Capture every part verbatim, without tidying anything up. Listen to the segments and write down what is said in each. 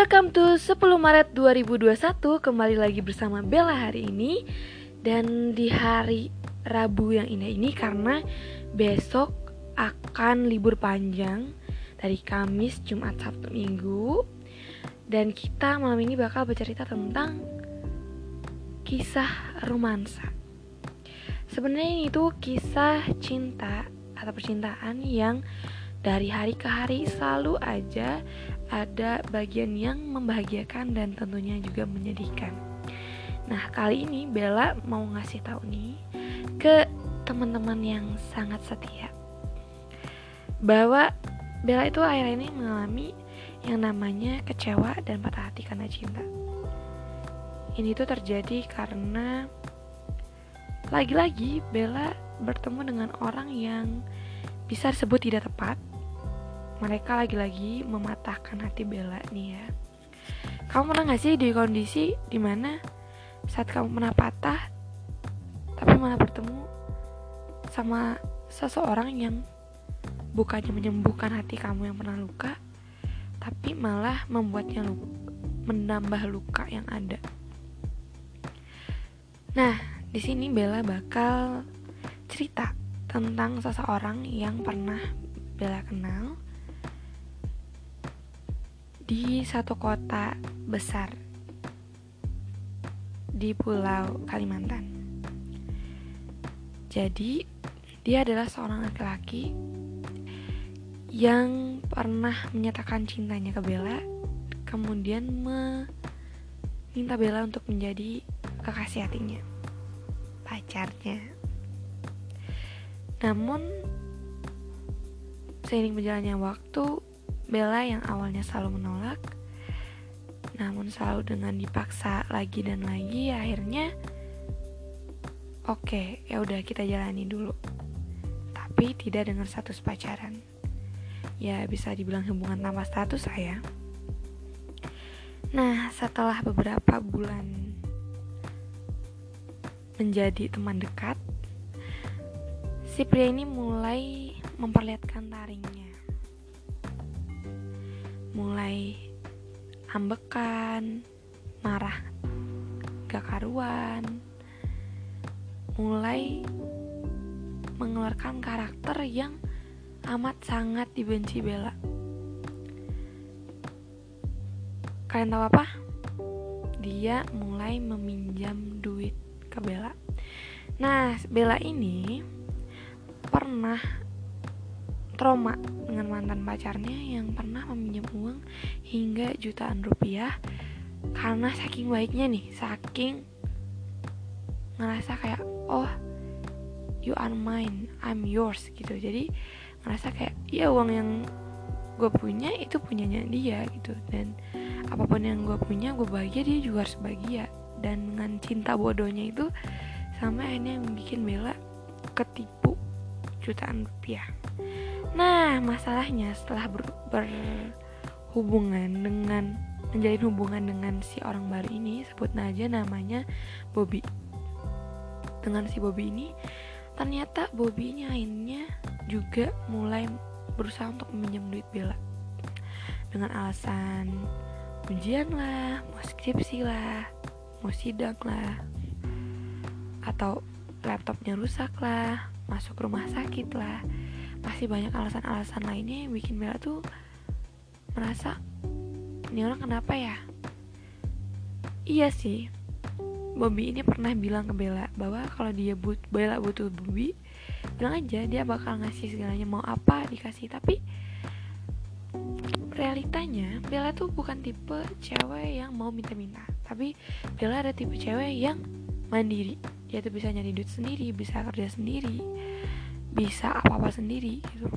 Welcome to sepuluh Maret dua ribu dua puluh satu. Kembali lagi bersama Bella hari ini. Dan di hari Rabu yang indah ini, karena besok akan libur panjang dari Kamis, Jumat, Sabtu, Minggu. Dan kita malam ini bakal bercerita tentang kisah romansa. Sebenarnya ini tuh kisah cinta atau percintaan yang dari hari ke hari selalu aja ada bagian yang membahagiakan dan tentunya juga menyedihkan. Nah, kali ini Bella mau ngasih tahu nih ke teman-teman yang sangat setia bahwa Bella itu akhir ini mengalami yang namanya kecewa dan patah hati karena cinta. Ini tuh terjadi karena lagi-lagi Bella bertemu dengan orang yang bisa disebut tidak tepat. Mereka lagi-lagi mematahkan hati Bella nih ya. Kamu pernah gak sih di kondisi dimana saat kamu pernah patah tapi malah bertemu sama seseorang yang bukannya menyembuhkan hati kamu yang pernah luka, tapi malah membuatnya luka, menambah luka yang ada. Nah, di sini Bella bakal cerita tentang seseorang yang pernah Bella kenal di satu kota besar di Pulau Kalimantan. Jadi, dia adalah seorang laki-laki yang pernah menyatakan cintanya ke Bella, kemudian meminta Bella untuk menjadi kekasih hatinya, pacarnya. Namun, seiring berjalannya waktu, Bella yang awalnya selalu menolak, namun selalu dengan dipaksa lagi dan lagi, akhirnya oke, okay, ya udah kita jalani dulu. Tapi tidak dengan status pacaran. Ya bisa dibilang hubungan tanpa status lah ya. Nah, setelah beberapa bulan menjadi teman dekat, si pria ini mulai memperlihatkan taringnya. Mulai ambekan, marah gak karuan, mulai mengeluarkan karakter yang amat sangat dibenci Bella. Kalian tahu apa? Dia mulai meminjam duit ke Bella. Nah, Bella ini pernah trauma dengan mantan pacarnya yang pernah meminjam uang hingga jutaan rupiah karena saking baiknya nih, saking ngerasa kayak oh you are mine, I'm yours gitu. Jadi ngerasa kayak ya uang yang gue punya itu punyanya dia gitu, dan apapun yang gue punya gue bahagia, dia juga harus bahagia. Dan dengan cinta bodohnya itu sampai akhirnya yang bikin Bella ketipu jutaan rupiah. Nah, masalahnya setelah ber, berhubungan dengan menjalin hubungan dengan si orang baru ini, sebut aja namanya Bobby. Dengan si Bobby ini, ternyata Bobby ini akhirnya juga mulai berusaha untuk meminjam duit Bella dengan alasan ujian lah, mau skripsi lah, mau sidang lah, atau laptopnya rusak lah, masuk rumah sakit lah. Masih banyak alasan-alasan lainnya yang bikin Bella tuh merasa ini orang kenapa ya. Iya sih, Bobby ini pernah bilang ke Bella bahwa kalau dia but, Bella butuh Bobby, bilang aja, dia bakal ngasih segalanya, mau apa dikasih. Tapi realitanya Bella tuh bukan tipe cewek yang mau minta-minta, tapi Bella ada tipe cewek yang mandiri. Dia tuh bisa nyari duit sendiri, bisa kerja sendiri, bisa apa-apa sendiri gitu.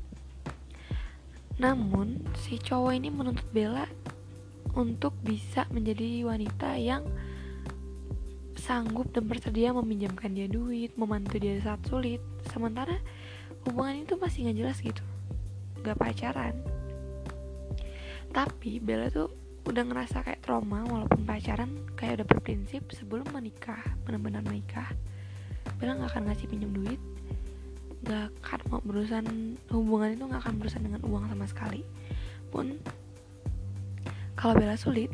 Namun si cowok ini menuntut Bella untuk bisa menjadi wanita yang sanggup dan bersedia meminjamkan dia duit, membantu dia saat sulit. Sementara hubungan itu masih gak jelas gitu, gak pacaran. Tapi Bella tuh udah ngerasa kayak trauma walaupun pacaran, kayak udah berprinsip sebelum menikah, benar-benar menikah, Bella gak akan ngasih pinjam duit, gak akan mau berurusan, hubungan itu gak akan berurusan dengan uang sama sekali. Pun kalau Bella sulit.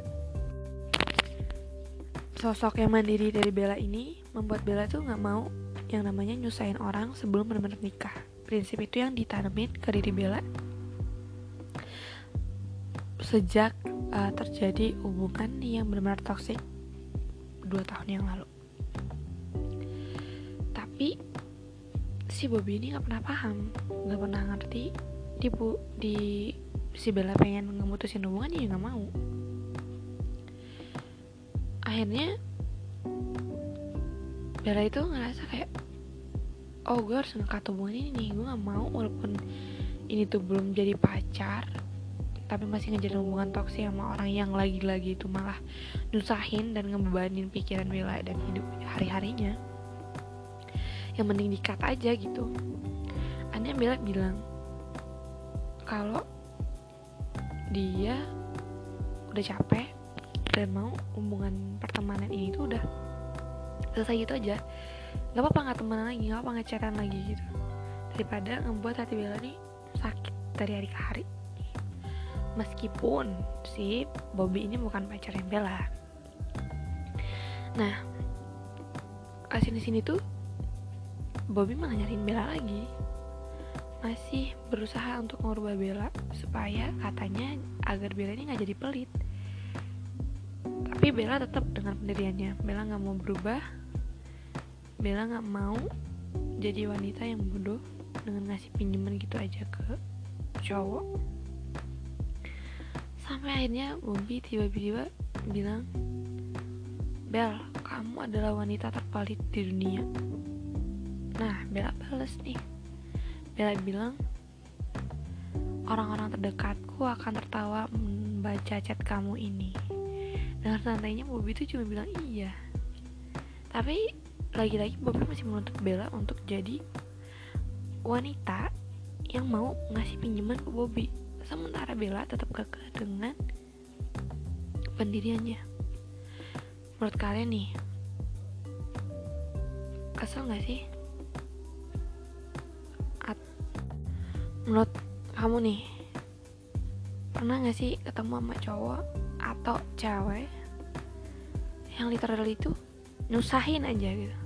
Sosok yang mandiri dari Bella ini membuat Bella tuh gak mau yang namanya nyusahin orang sebelum benar-benar nikah. Prinsip itu yang ditanemin ke diri Bella sejak uh, terjadi hubungan yang benar-benar toksik dua tahun yang lalu. Tapi si Bobby ini gak pernah paham, gak pernah ngerti di, bu, di si Bella pengen ngemutusin hubungan, dia gak mau. Akhirnya Bella itu ngerasa kayak, oh gue harus ngekat hubungan ini nih, gue gak mau walaupun ini tuh belum jadi pacar, tapi masih ngejalin hubungan toksik sama orang yang lagi-lagi itu malah nyusahin dan ngebebanin pikiran Bella dan hidup hari-harinya. Yang mending di-cut aja gitu. Akhirnya Bella bilang kalau dia udah capek dan mau hubungan pertemanan ini tuh udah selesai gitu aja. Gak apa-apa gak temenan lagi, gak apa-apa gak chatan lagi gitu, daripada ngebuat hati Bella nih sakit dari hari ke hari. Meskipun si Bobby ini bukan pacarnya Bella. Nah, kesini-sini tuh Bobby malah nyariin Bella lagi, masih berusaha untuk ngubah Bella supaya katanya agar Bella ini gak jadi pelit. Tapi Bella tetap dengan pendiriannya. Bella gak mau berubah. Bella gak mau jadi wanita yang bodoh dengan ngasih pinjaman gitu aja ke cowok. Sampai akhirnya Bobby tiba-tiba bilang, Bel, kamu adalah wanita terpelit di dunia. Nah, Bella balas nih. Bella bilang, orang-orang terdekatku akan tertawa membaca chat kamu ini. Dengan santainya Bobby itu cuma bilang iya. Tapi lagi-lagi Bobby masih menuntut Bella untuk jadi wanita yang mau ngasih pinjaman ke Bobby. Sementara Bella tetap kekeh dengan pendiriannya. Menurut kalian nih, kesel gak sih? At- menurut kamu nih, pernah gak sih ketemu sama cowok atau cewek yang literally itu nyusahin aja gitu?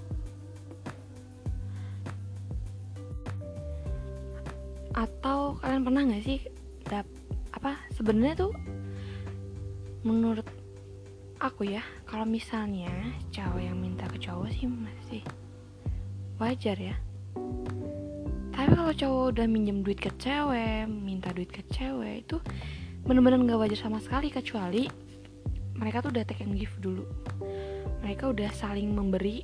Atau kalian pernah nggak sih dap apa sebenarnya tuh menurut aku ya, kalau misalnya cowok yang minta ke cowok sih masih wajar ya. Tapi kalau cowok udah minjem duit ke cewek, minta duit ke cewek, itu bener-bener nggak wajar sama sekali, kecuali mereka tuh udah take and give dulu. Mereka udah saling memberi,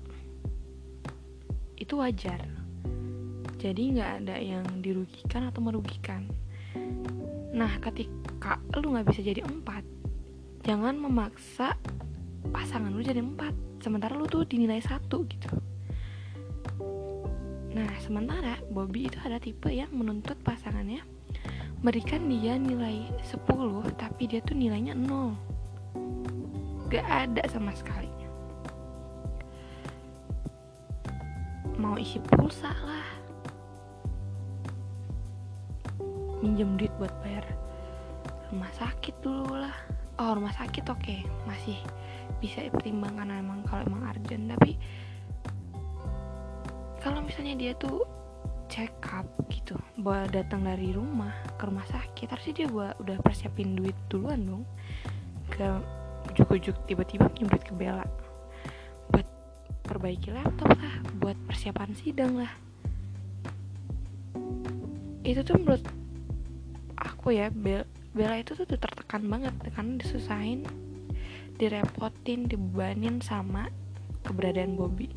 itu wajar. Jadi gak ada yang dirugikan atau merugikan. Nah, ketika lu gak bisa jadi empat, jangan memaksa pasangan lu jadi empat, sementara lu tuh dinilai satu gitu. Nah, sementara Bobby itu ada tipe yang menuntut pasangannya berikan dia nilai sepuluh, tapi dia tuh nilainya nol. Gak ada sama sekali. Mau isi pulsa lah, minjem duit buat bayar rumah sakit dulu lah. Oh, rumah sakit oke, okay. Masih bisa dipertimbangkan emang kalau emang urgent. Tapi kalau misalnya dia tuh check up gitu, buat datang dari rumah ke rumah sakit, harusnya dia buat udah persiapin duit duluan dong. Gak ujuk-ujuk tiba-tiba minjem duit ke Bella buat perbaiki laptop lah, buat persiapan sidang lah. Itu tuh menurut aku ya, Bella itu tuh tertekan banget karena disusahin, direpotin, dibebanin sama keberadaan Bobby.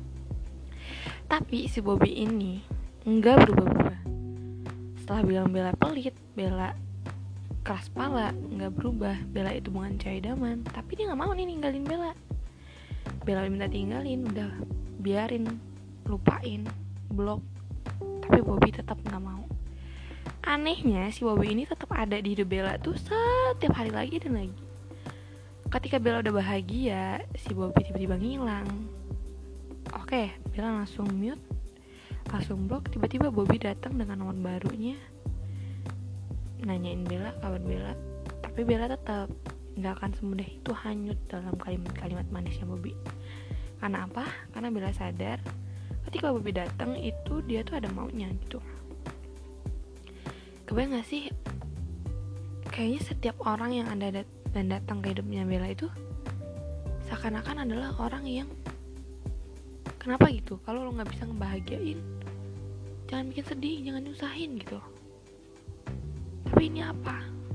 Tapi si Bobby ini enggak berubah-ubah. Setelah bilang Bella pelit, Bella keras kepala, enggak berubah. Bella itu bukan cewek idaman, tapi dia enggak mau nih ninggalin Bella. Bella minta tinggalin, udah biarin, lupain, blok. Tapi Bobby tetap enggak mau. Anehnya si Bobby ini tetap ada di hidup Bella tuh setiap hari lagi dan lagi. Ketika Bella udah bahagia, si Bobby tiba-tiba ngilang. Oke, Bella langsung mute, langsung blok. Tiba-tiba Bobby datang dengan nomor barunya, nanyain Bella, kabar Bella. Tapi Tapi Bella tetap gak akan semudah itu hanyut dalam kalimat-kalimat manisnya Bobby. Karena apa? Karena Bella sadar ketika Bobby datang itu dia tuh ada maunya gitu. Kebayang gak sih, kayaknya setiap orang yang ada dat- dan datang ke hidupnya Bella itu seakan-akan adalah orang yang kenapa gitu, kalau lo gak bisa ngebahagiain, jangan bikin sedih, jangan nyusahin gitu. Tapi ini apa?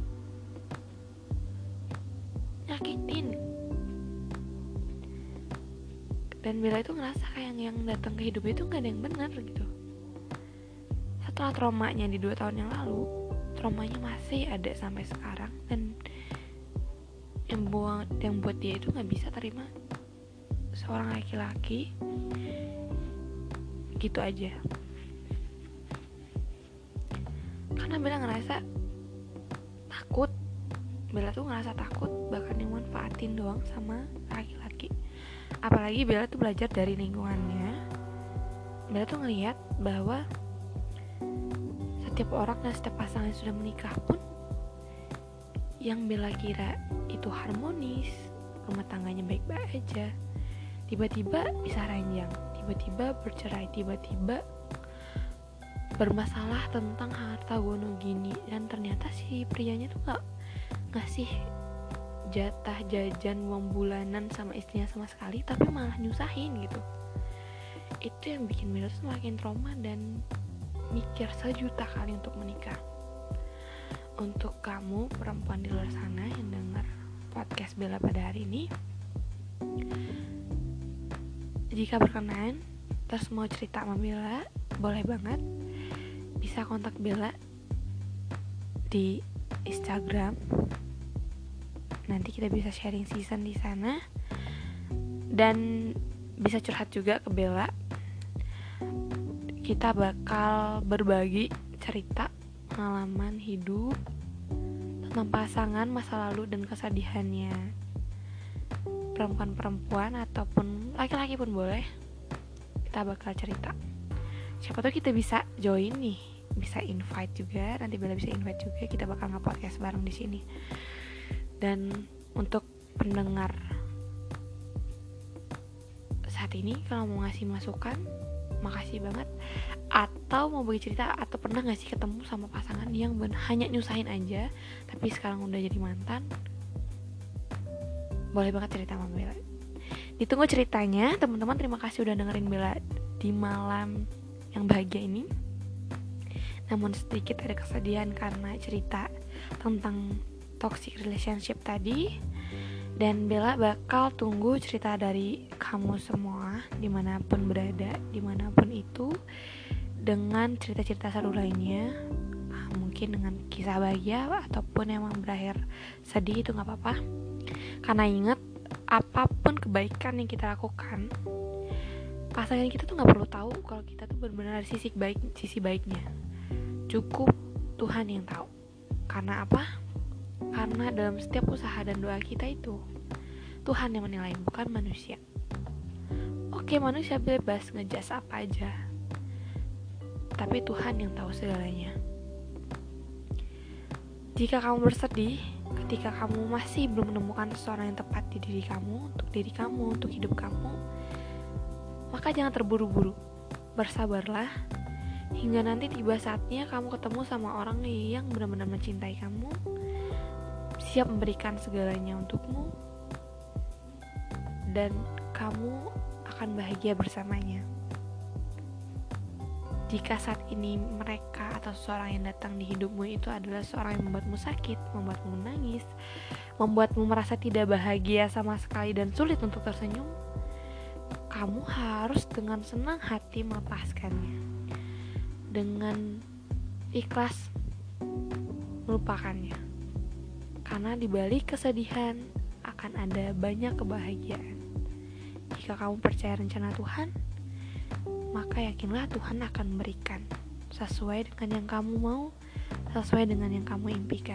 Nyakitin. Dan Bella itu ngerasa kayak yang datang ke hidupnya itu gak ada yang benar gitu. Setelah traumanya di dua tahun yang lalu, traumanya masih ada sampai sekarang. Dan yang buat, yang buat dia itu gak bisa terima seorang laki-laki gitu aja. Karena Bella ngerasa takut. Bella tuh ngerasa takut bahkan dimanfaatin doang sama laki-laki. Apalagi Bella tuh belajar dari lingkungannya. Bella tuh ngelihat bahwa setiap orang dan setiap pasangan yang sudah menikah pun, yang Bella kira itu harmonis, rumah tangganya baik-baik aja, tiba-tiba bisa ranjang, tiba-tiba bercerai, tiba-tiba bermasalah tentang harta gono gini. Dan ternyata si prianya tuh gak ngasih jatah jajan uang bulanan sama istrinya sama sekali, tapi malah nyusahin gitu. Itu yang bikin Bella tuh semakin trauma dan mikir sejuta kali untuk menikah. Untuk kamu perempuan di luar sana yang dengar podcast Bella pada hari ini, jika berkenan terus mau cerita sama Bella, boleh banget. Bisa kontak Bella di Instagram. Nanti kita bisa sharing season di sana. Dan bisa curhat juga ke Bella. Kita bakal berbagi cerita pengalaman hidup tentang pasangan, masa lalu dan kesedihannya. Perempuan-perempuan ataupun laki-laki pun boleh. Kita bakal cerita. Siapa tahu kita bisa join nih, bisa invite juga. Nanti Bella bisa invite juga. Kita bakal nge-podcast bareng di sini. Dan untuk pendengar saat ini, kalau mau ngasih masukan, makasih banget. Atau mau bagi cerita, atau pernah gak sih ketemu sama pasangan yang ben- hanya nyusahin aja, tapi sekarang udah jadi mantan, boleh banget cerita sama Bella. Ditunggu ceritanya teman-teman. Terima kasih udah dengerin Bella di malam yang bahagia ini. Namun sedikit ada kesedihan karena cerita tentang toxic relationship tadi. Dan Bella bakal tunggu cerita dari kamu semua, dimanapun berada, dimanapun itu, dengan cerita-cerita seru lainnya. Mungkin dengan kisah bahagia ataupun emang berakhir sedih, itu gak apa-apa. Karena ingat, apapun kebaikan yang kita lakukan, pasangan kita tuh gak perlu tahu kalau kita tuh benar-benar sisi baik, sisi baiknya. Cukup Tuhan yang tahu. Karena apa? Karena dalam setiap usaha dan doa kita itu Tuhan yang menilai, bukan manusia. Oke, manusia bebas ngejas apa aja, tapi Tuhan yang tahu segalanya. Jika kamu bersedih, ketika kamu masih belum menemukan seseorang yang tepat di diri kamu, untuk diri kamu, untuk hidup kamu, maka jangan terburu-buru. Bersabarlah hingga nanti tiba saatnya kamu ketemu sama orang yang benar-benar mencintai kamu, siap memberikan segalanya untukmu, dan kamu akan bahagia bersamanya. Jika saat ini mereka atau seseorang yang datang di hidupmu itu adalah seorang yang membuatmu sakit, membuatmu menangis, membuatmu merasa tidak bahagia sama sekali dan sulit untuk tersenyum, kamu harus dengan senang hati melepaskannya, dengan ikhlas melupakannya. Karena di balik kesedihan akan ada banyak kebahagiaan. Jika kamu percaya rencana Tuhan, maka yakinlah Tuhan akan memberikan sesuai dengan yang kamu mau, sesuai dengan yang kamu impikan.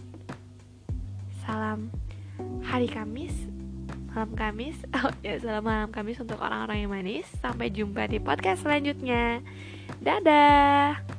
Salam hari Kamis, malam Kamis. Oh ya, salam malam Kamis untuk orang-orang yang manis. Sampai jumpa di podcast selanjutnya. Dadah.